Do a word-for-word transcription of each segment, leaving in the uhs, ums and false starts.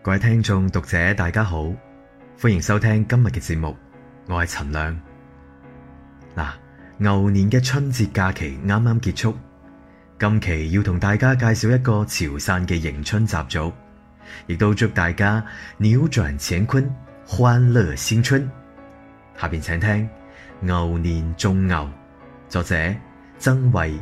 各位聽眾讀者大家好，歡迎收聽今日嘅節目，我係陳亮。嗱，牛年嘅春節假期啱啱結束，今期要同大家介紹一個潮汕嘅迎春習俗，亦都祝大家扭轉乾坤，歡樂新春。下邊請聽牛年種牛，作者曾慧。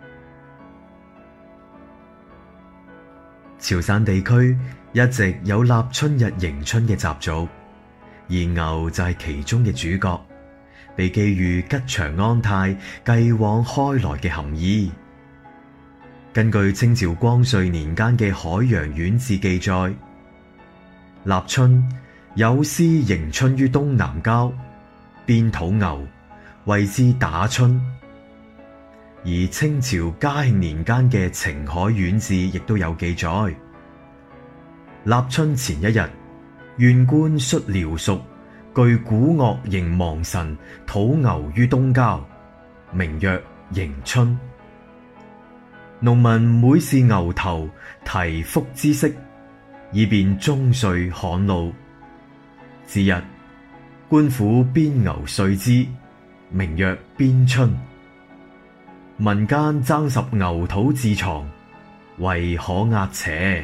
潮汕地區一直有立春日迎春嘅習俗，而牛就係其中嘅主角，被寄予吉祥安泰、繼往開來嘅含義。根據清朝光緒年間嘅《海洋縣志》記載，立春有司迎春於東南郊，鞭土牛，謂之打春。而清朝嘉慶年間嘅《澄海縣志》亦都有記載，立春前一日，縣官率僚屬具鼓樂迎亡神土牛於東郊，名曰迎春。農民每試牛頭提福之色，以便終歲旱澇。次日，官府鞭牛歲之，名曰鞭春。民間爭拾牛土自藏，為可壓邪。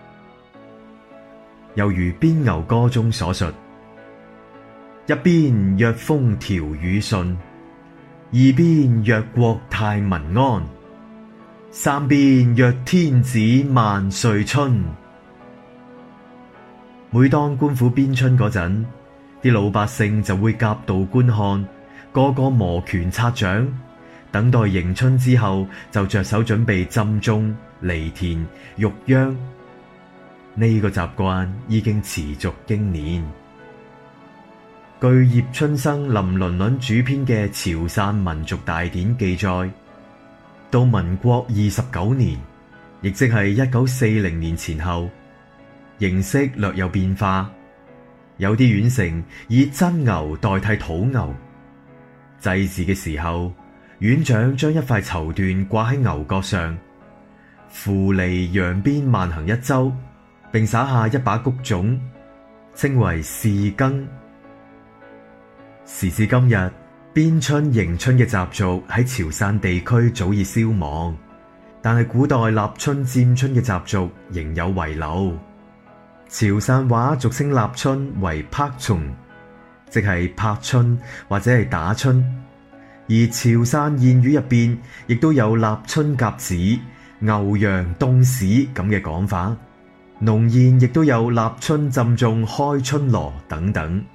又如鞭牛歌中所述：一鞭曰風調雨順，二鞭曰國泰民安，三鞭曰天子萬歲春。每當官府鞭春嗰陣，啲老百姓就會夾道觀看，個個摩拳擦掌，等待迎春之後，就着手準備浸種、犁田、育秧。呢個習慣已經持續經年。據葉春生、林倫倫主編嘅《潮汕民族大典》記載，到民國二十九年，亦即係一九四零年前後，形式略有變化。有啲縣城以真牛代替土牛，祭祀嘅時候，縣長將一塊綢緞掛喺牛角上，扶犁揚鞭慢行一周，並撒下一把穀種，稱為試耕。時至今日，鞭春迎春嘅習俗喺潮汕地區早已消亡，但係古代立春佔春嘅習俗仍有遺留。潮汕話俗稱立春為拍春，即係拍春或者係打春。而潮汕諺語入邊亦都有立春甲子、牛羊凍屎咁嘅講法，農諺亦都有立春浸種開春蘿等等。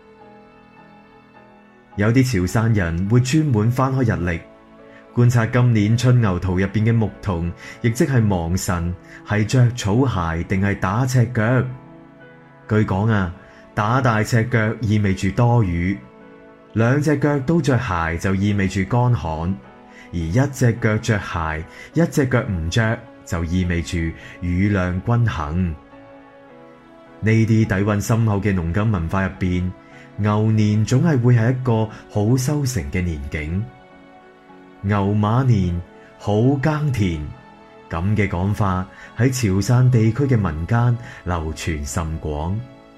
有啲潮汕人會專門翻開日曆，觀察今年春牛圖入邊嘅牧童，亦即係亡神，係着草鞋定係打赤腳。據講啊，打大赤腳意味住多雨，兩隻腳都着鞋就意味住乾旱，而一隻腳着鞋，一隻腳唔着就意味住雨量均衡。呢啲底蘊深厚嘅農耕文化入邊，牛年總係會係一個好收成嘅年景。牛馬年，好耕田，咁嘅講法喺潮汕地區嘅民間流傳甚廣。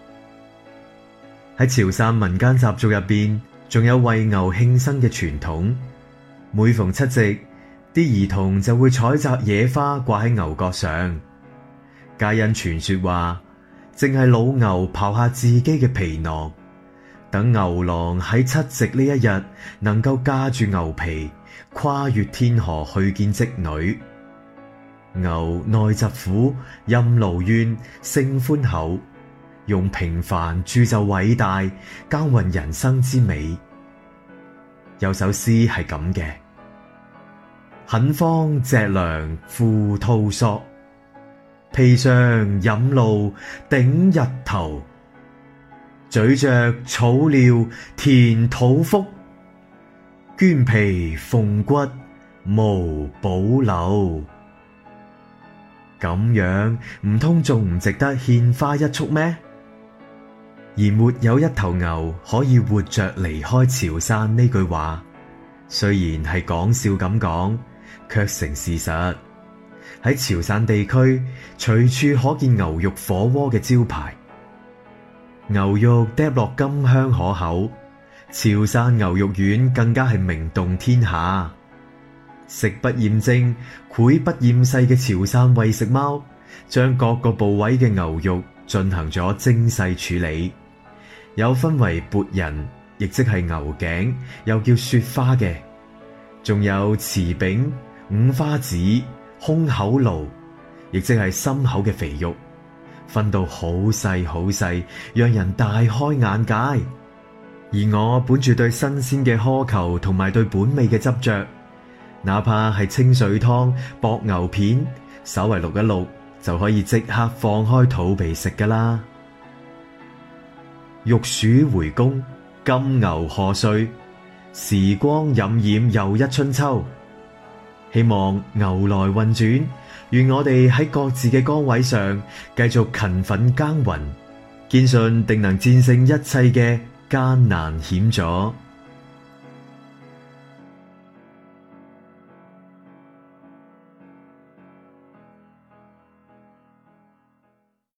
喺潮汕民間習俗入邊，仲有為牛慶生嘅傳統。每逢七夕，啲兒童就會採摘野花掛喺牛角上，皆因傳說話，淨係老牛刨下自己嘅皮囊，等牛郎喺七夕呢一日能夠駕住牛皮，跨越天河去見織女。牛內疾苦，任勞怨，性寬厚，用平凡鑄就偉大，耕耘人生之美。有首詩係咁嘅：很荒脊梁負兔索，皮上飲露頂日頭，咀嚼草料填肚腹，捐皮縫骨無保留。咁樣唔通仲唔值得獻花一束咩？而沒有一頭牛可以活着離開潮汕呢句話，雖然係講笑咁講，卻成事實。 喺潮汕地區隨處可見牛肉火鍋嘅招牌，牛肉嗒落甘香可口，潮汕牛肉丸更加係名動天下。食不厭精，膾不厭細嘅潮汕餵食貓，將各個部位嘅牛肉進行咗精細處理，有分為缽仁，亦即係牛頸，又叫雪花嘅，仲有匙柄、五花子、胸口顱，亦即係心口嘅肥肉，分到好細好細，讓人大開眼界。而我本住對新鮮嘅苛求同埋對本味嘅執着，哪怕係清水湯、薄牛片，稍為淥一淥就可以即刻放開肚皮食㗎啦。玉鼠回宮，金牛賀歲，時光荏苒又一春秋。希望牛來運轉，願我哋喺各自嘅崗位上繼續勤奮耕耘，堅信定能戰勝一切嘅艱難險阻。